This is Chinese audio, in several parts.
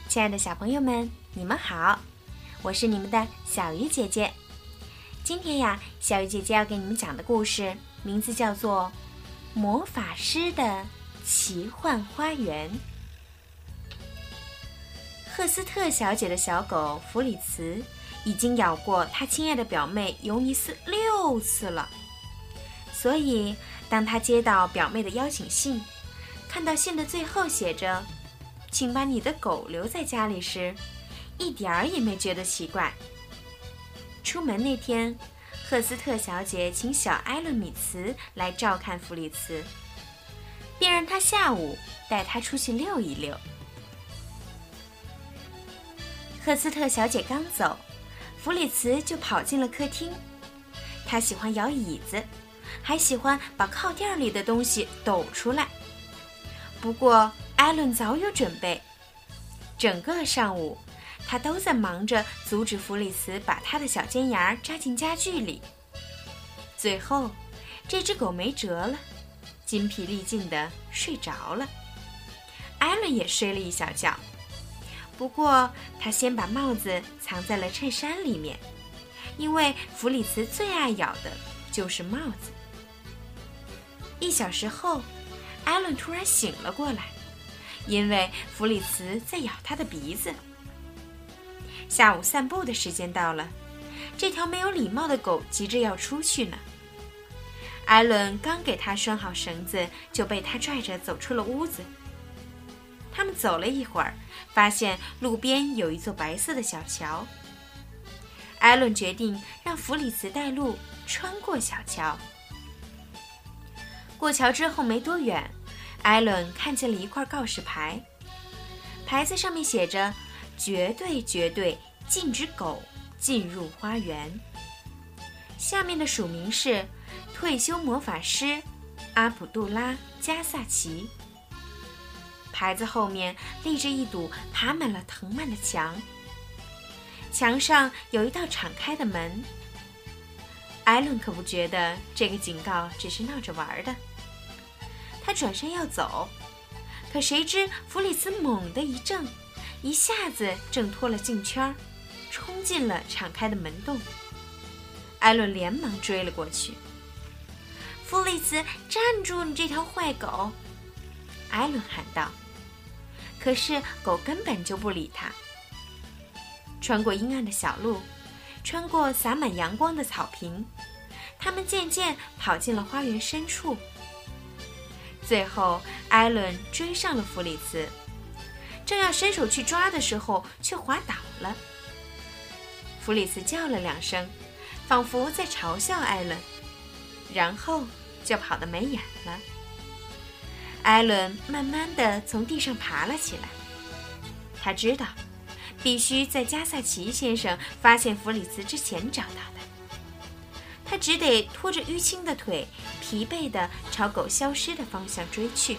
亲爱的小朋友们，你们好，我是你们的小鱼姐姐。今天呀，小鱼姐姐要给你们讲的故事名字叫做《魔法师的奇幻花园》。赫斯特小姐的小狗弗里茨已经咬过她亲爱的表妹尤尼斯6次了，所以当她接到表妹的邀请信，看到信的最后写着请把你的狗留在家里时，一点儿也没觉得奇怪。出门那天，赫斯特小姐请小艾伦米茨来照看弗里茨，并让他下午带他出去溜一溜。赫斯特小姐刚走，弗里茨就跑进了客厅。他喜欢摇椅子，还喜欢把靠垫里的东西抖出来。不过艾伦早有准备，整个上午他都在忙着阻止弗里茨把他的小尖牙扎进家具里。最后这只狗没辙了，筋疲力尽地睡着了。艾伦也睡了一小觉，不过他先把帽子藏在了衬衫里面，因为弗里茨最爱咬的就是帽子。1小时后，艾伦突然醒了过来，因为弗里茨在咬他的鼻子。下午散步的时间到了，这条没有礼貌的狗急着要出去呢。艾伦刚给他拴好绳子，就被他拽着走出了屋子。他们走了一会儿，发现路边有一座白色的小桥。艾伦决定让弗里茨带路，穿过小桥。过桥之后没多远，艾伦看见了一块告示牌，牌子上面写着绝对绝对禁止狗进入花园。下面的署名是退休魔法师阿卜杜拉·加萨奇。牌子后面立着一堵爬满了藤蔓的墙，墙上有一道敞开的门。艾伦可不觉得这个警告只是闹着玩的，他转身要走，可谁知弗里茨猛地一挣，一下子挣脱了颈圈，冲进了敞开的门洞。艾伦连忙追了过去。弗里茨，站住，你这条坏狗！艾伦喊道。可是狗根本就不理他。穿过阴暗的小路，穿过洒满阳光的草坪，他们渐渐跑进了花园深处。最后艾伦追上了弗里茨，正要伸手去抓的时候，却滑倒了。弗里茨叫了2声，仿佛在嘲笑艾伦，然后就跑得没影了。艾伦慢慢地从地上爬了起来，他知道必须在加萨奇先生发现弗里茨之前找到的。他只得拖着淤青的腿，疲惫地朝狗消失的方向追去。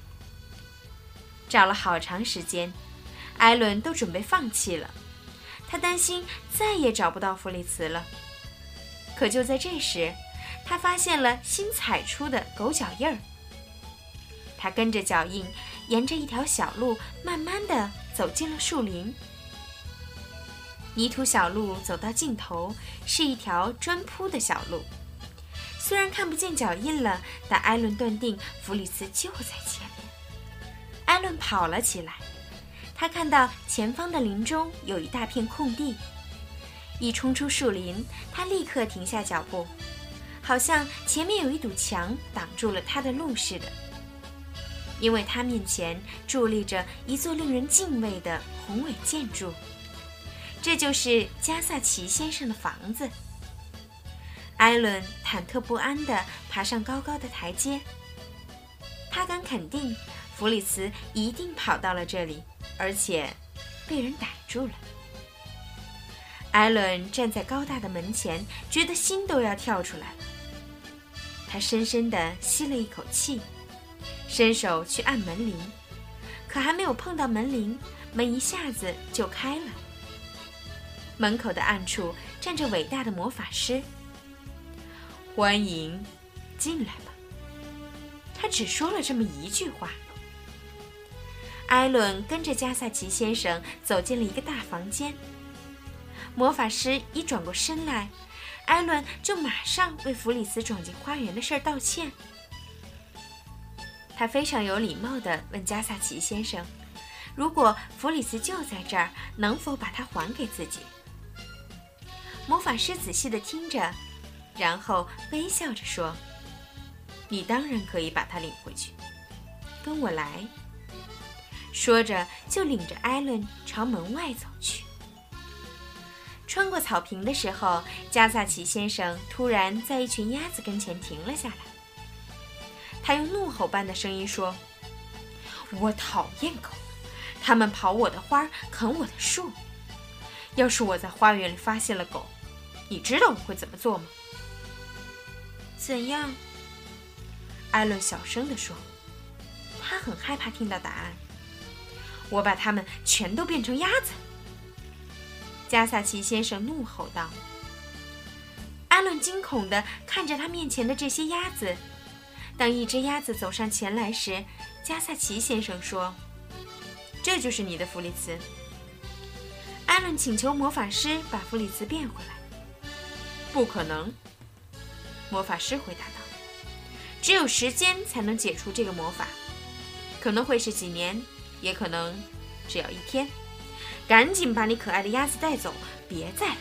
找了好长时间，艾伦都准备放弃了，他担心再也找不到弗里茨了。可就在这时，他发现了新踩出的狗脚印儿。他跟着脚印，沿着一条小路慢慢地走进了树林。泥土小路走到尽头，是一条砖铺的小路。虽然看不见脚印了，但艾伦断定弗里茨就在前面。艾伦跑了起来，他看到前方的林中有一大片空地。一冲出树林，他立刻停下脚步，好像前面有一堵墙挡住了他的路似的。因为他面前伫立着一座令人敬畏的宏伟建筑，这就是加萨奇先生的房子。艾伦忐忑不安地爬上高高的台阶，他敢肯定弗里茨一定跑到了这里，而且被人逮住了。艾伦站在高大的门前，觉得心都要跳出来了。他深深地吸了一口气，伸手去按门铃，可还没有碰到门铃，门一下子就开了。门口的暗处站着伟大的魔法师。欢迎，进来吧。他只说了这么一句话。 艾伦跟着加萨奇先生走进了一个大房间。魔法师一转过身来，艾伦就马上为弗里茨闯进花园的事道歉。他非常有礼貌地问加萨奇先生，如果弗里茨就在这儿，能否把它还给自己？魔法师仔细地听着，然后微笑着说，你当然可以把它领回去，跟我来。说着就领着艾伦朝门外走去。穿过草坪的时候，加萨奇先生突然在一群鸭子跟前停了下来。他用怒吼般的声音说，我讨厌狗，它们刨我的花，啃我的树。要是我在花园里发现了狗，你知道我会怎么做吗？怎样？艾伦小声地说，他很害怕听到答案。我把它们全都变成鸭子。加萨奇先生怒吼道。艾伦惊恐地看着他面前的这些鸭子。当一只鸭子走上前来时，加萨奇先生说，这就是你的弗里茨。艾伦请求魔法师把弗里茨变回来。不可能，魔法师回答道，只有时间才能解除这个魔法，可能会是几年，也可能只要一天。赶紧把你可爱的鸭子带走，别再来。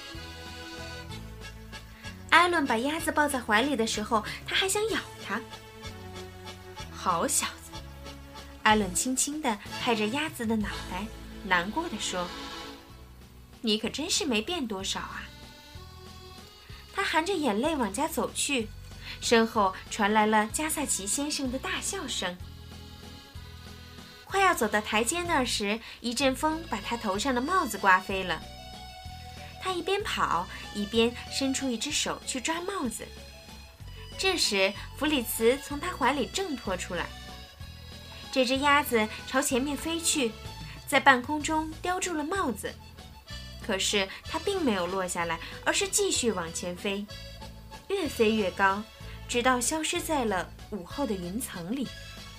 艾伦把鸭子抱在怀里的时候，他还想咬它。好小子，艾伦轻轻地拍着鸭子的脑袋，难过地说，你可真是没变多少啊。他含着眼泪往家走去，身后传来了加萨奇先生的大笑声。快要走到台阶那儿时，一阵风把他头上的帽子刮飞了。他一边跑一边伸出一只手去抓帽子。这时弗里茨从他怀里挣脱出来，这只鸭子朝前面飞去，在半空中叼住了帽子。可是它并没有落下来，而是继续往前飞，越飞越高，直到消失在了午后的云层里。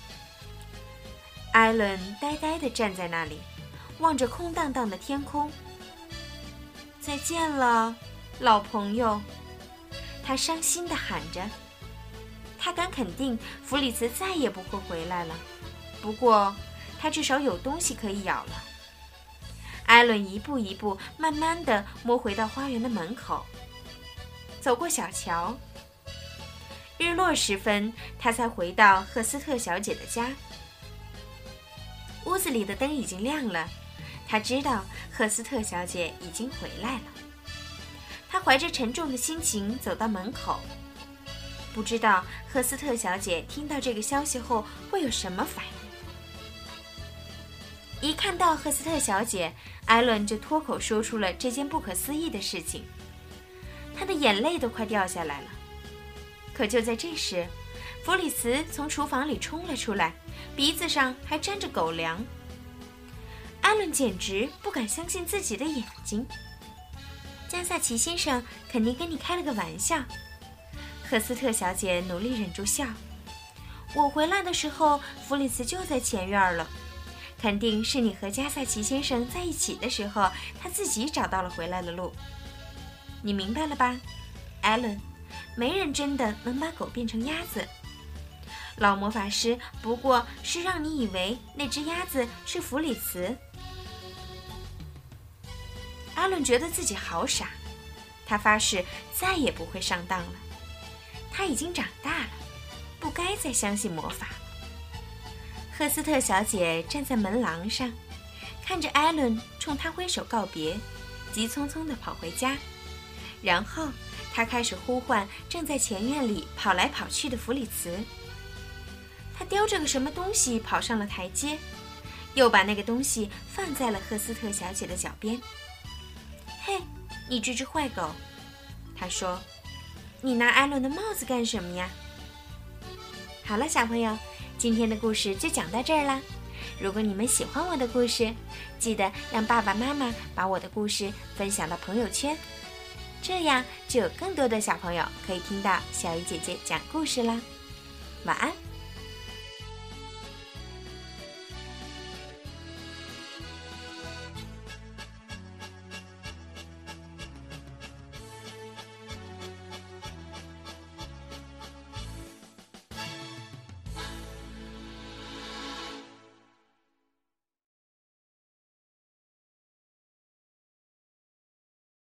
艾伦呆呆地站在那里，望着空荡荡的天空。再见了，老朋友，他伤心地喊着。他敢肯定弗里茨再也不会回来了，不过他至少有东西可以咬了。艾伦一步一步慢慢地摸回到花园的门口，走过小桥。日落时分，他才回到赫斯特小姐的家。屋子里的灯已经亮了，他知道赫斯特小姐已经回来了。他怀着沉重的心情走到门口，不知道赫斯特小姐听到这个消息后会有什么反应。一看到赫斯特小姐，艾伦就脱口说出了这件不可思议的事情，他的眼泪都快掉下来了。可就在这时，弗里茨从厨房里冲了出来，鼻子上还沾着狗粮。艾伦简直不敢相信自己的眼睛。加萨奇先生肯定跟你开了个玩笑。赫斯特小姐努力忍住笑。我回来的时候，弗里茨就在前院了，肯定是你和加萨奇先生在一起的时候，他自己找到了回来的路。你明白了吧，艾伦？没人真的能把狗变成鸭子。老魔法师不过是让你以为那只鸭子是弗里茨。阿伦觉得自己好傻，他发誓再也不会上当了。他已经长大了，不该再相信魔法。赫斯特小姐站在门廊上，看着艾伦冲她挥手告别，急匆匆地跑回家。然后她开始呼唤正在前院里跑来跑去的弗里茨。他叼着个什么东西跑上了台阶，又把那个东西放在了赫斯特小姐的脚边。嘿，你这只坏狗，他说，你拿艾伦的帽子干什么呀？好了，小朋友，今天的故事就讲到这儿啦。如果你们喜欢我的故事，记得让爸爸妈妈把我的故事分享到朋友圈，这样就有更多的小朋友可以听到小鱼姐姐讲故事啦。晚安。